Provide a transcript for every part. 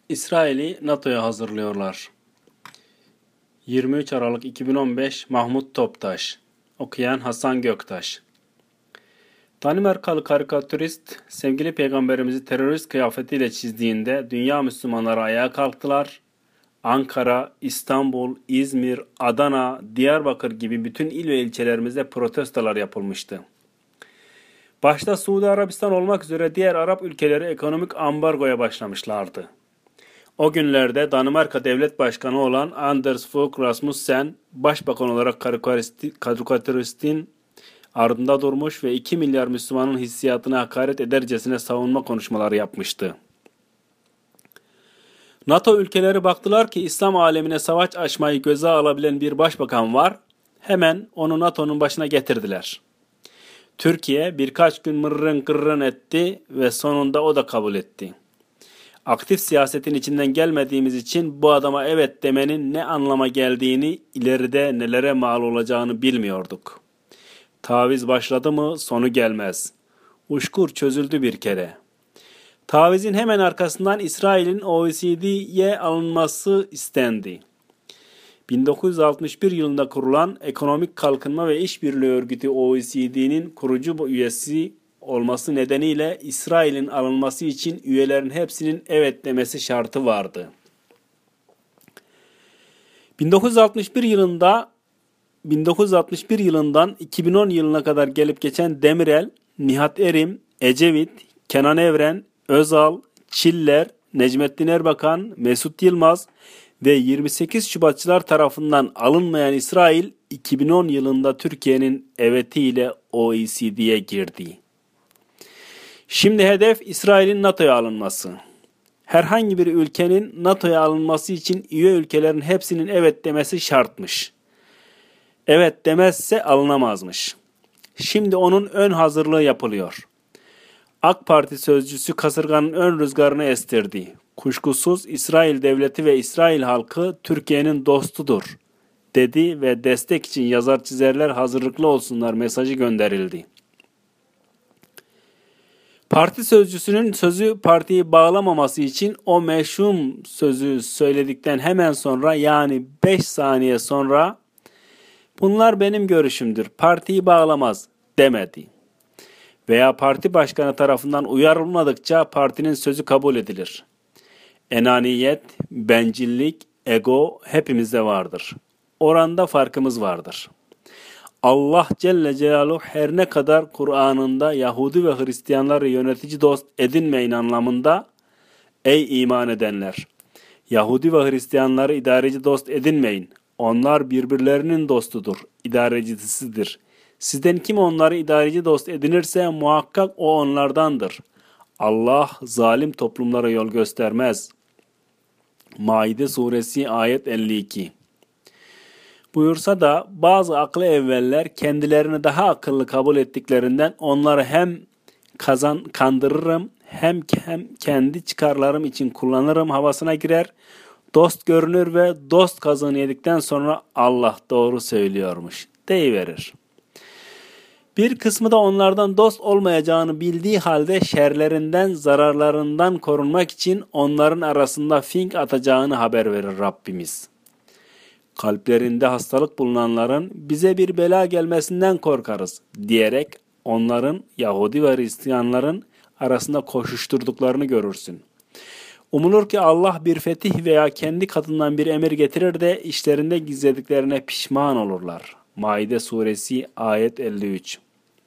İsrail'i NATO'ya hazırlıyorlar. 23 Aralık 2015 Mahmut Toptaş. Okuyan Hasan Göktaş. Danimarkalı karikatürist sevgili peygamberimizi terörist kıyafetiyle çizdiğinde dünya Müslümanları ayağa kalktılar. Ankara, İstanbul, İzmir, Adana, Diyarbakır gibi bütün il ve ilçelerimizde protestolar yapılmıştı. Başta Suudi Arabistan olmak üzere diğer Arap ülkeleri ekonomik ambargoya başlamışlardı. O günlerde Danimarka Devlet Başkanı olan Anders Fogh Rasmussen, başbakan olarak karikatüristin ardında durmuş ve 2 milyar Müslümanın hissiyatına hakaret edercesine savunma konuşmaları yapmıştı. NATO ülkeleri baktılar ki İslam alemine savaş açmayı göze alabilen bir başbakan var, hemen onu NATO'nun başına getirdiler. Türkiye birkaç gün mırrın kırrın etti ve sonunda o da kabul etti. Aktif siyasetin içinden gelmediğimiz için bu adama evet demenin ne anlama geldiğini, ileride nelere mal olacağını bilmiyorduk. Taviz başladı mı sonu gelmez. Uşkur çözüldü bir kere. Tavizin hemen arkasından İsrail'in OECD'ye alınması istendi. 1961 yılında kurulan Ekonomik Kalkınma ve İşbirliği Örgütü OECD'nin kurucu üyesi olması nedeniyle İsrail'in alınması için üyelerin hepsinin evet demesi şartı vardı. 1961 yılından 2010 yılına kadar gelip geçen Demirel, Nihat Erim, Ecevit, Kenan Evren, Özal, Çiller, Necmettin Erbakan, Mesut Yılmaz ve 28 Şubatçılar tarafından alınmayan İsrail, 2010 yılında Türkiye'nin evetiyle OECD'ye girdi. Şimdi hedef İsrail'in NATO'ya alınması. Herhangi bir ülkenin NATO'ya alınması için üye ülkelerin hepsinin evet demesi şartmış. Evet demezse alınamazmış. Şimdi onun ön hazırlığı yapılıyor. AK Parti sözcüsü kasırganın ön rüzgarını estirdi. Kuşkusuz İsrail devleti ve İsrail halkı Türkiye'nin dostudur, dedi ve destek için yazar çizerler hazırlıklı olsunlar mesajı gönderildi. Parti sözcüsünün sözü partiyi bağlamaması için o meşhum sözü söyledikten hemen sonra, yani 5 saniye sonra, bunlar benim görüşümdür, partiyi bağlamaz demedi. Veya parti başkanı tarafından uyarılmadıkça partinin sözü kabul edilir. Enaniyet, bencillik, ego hepimizde vardır. Oranda farkımız vardır. Allah Celle Celaluhu her ne kadar Kur'an'ında Yahudi ve Hristiyanları yönetici dost edinmeyin anlamında, ey iman edenler, Yahudi ve Hristiyanları idareci dost edinmeyin. Onlar birbirlerinin dostudur, idarecisidir. Sizden kim onları idareci dost edinirse muhakkak o onlardandır. Allah zalim toplumlara yol göstermez. Maide suresi ayet 52. Buyursa da bazı aklı evveller kendilerini daha akıllı kabul ettiklerinden onları hem kandırırım hem kendi çıkarlarım için kullanırım havasına girer, dost görünür ve dost kazığını yedikten sonra Allah doğru söylüyormuş deyiverir. Bir kısmı da onlardan dost olmayacağını bildiği halde şerlerinden, zararlarından korunmak için onların arasında fink atacağını haber verir Rabbimiz. Kalplerinde hastalık bulunanların bize bir bela gelmesinden korkarız diyerek onların Yahudi ve Hristiyanların arasında koşuşturduklarını görürsün. Umulur ki Allah bir fetih veya kendi katından bir emir getirir de işlerinde gizlediklerine pişman olurlar. Maide suresi ayet 53.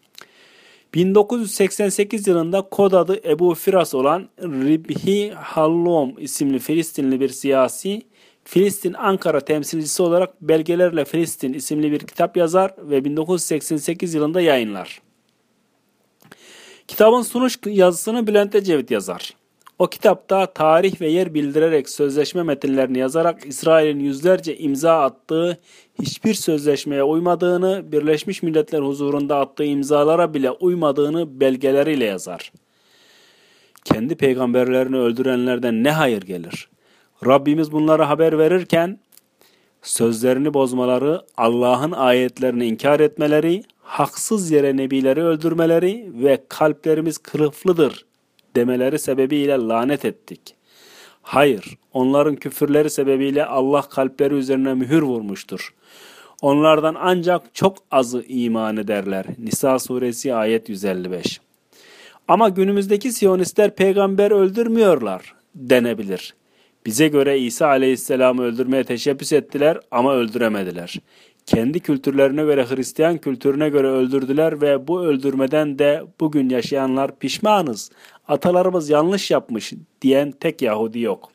1988 yılında kod adı Ebu Firas olan Ribhi Hallum isimli Filistinli bir siyasi, Filistin Ankara temsilcisi olarak Belgelerle Filistin isimli bir kitap yazar ve 1988 yılında yayınlar. Kitabın sunuş yazısını Bülent Ecevit yazar. O kitapta tarih ve yer bildirerek sözleşme metinlerini yazarak İsrail'in yüzlerce imza attığı hiçbir sözleşmeye uymadığını, Birleşmiş Milletler huzurunda attığı imzalara bile uymadığını belgeleriyle yazar. Kendi peygamberlerini öldürenlerden ne hayır gelir? Rabbimiz bunlara haber verirken sözlerini bozmaları, Allah'ın ayetlerini inkar etmeleri, haksız yere nebileri öldürmeleri ve kalplerimiz kılıflıdır demeleri sebebiyle lanet ettik. Hayır, onların küfürleri sebebiyle Allah kalpleri üzerine mühür vurmuştur. Onlardan ancak çok azı iman ederler. Nisa suresi ayet 155. Ama günümüzdeki Siyonistler peygamber öldürmüyorlar denebilir. Bize göre İsa aleyhisselamı öldürmeye teşebbüs ettiler ama öldüremediler. Kendi kültürlerine göre Hristiyan kültürüne göre öldürdüler ve bu öldürmeden de bugün yaşayanlar pişmanız, atalarımız yanlış yapmış diyen tek Yahudi yok.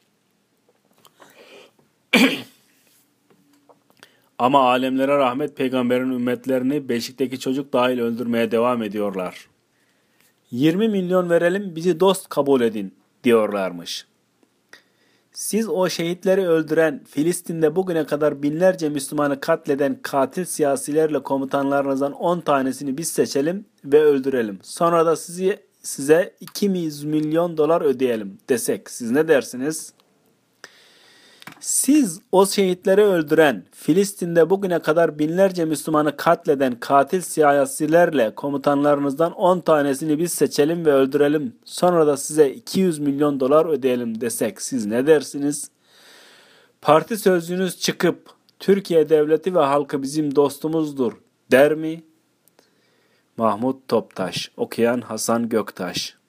Ama alemlere rahmet peygamberin ümmetlerini beşikteki çocuk dahil öldürmeye devam ediyorlar. 20 milyon verelim bizi dost kabul edin diyorlarmış. Siz o şehitleri öldüren, Filistin'de bugüne kadar binlerce Müslümanı katleden katil siyasilerle komutanlarınızdan 10 tanesini biz seçelim ve öldürelim. Sonra da size 200 milyon dolar ödeyelim desek siz ne dersiniz? Siz o şehitleri öldüren, Filistin'de bugüne kadar binlerce Müslümanı katleden katil siyasilerle komutanlarınızdan 10 tanesini biz seçelim ve öldürelim. Sonra da size 200 milyon dolar ödeyelim desek siz ne dersiniz? Parti sözcünüz çıkıp Türkiye devleti ve halkı bizim dostumuzdur der mi? Mahmut Toptaş, okuyan Hasan Göktaş.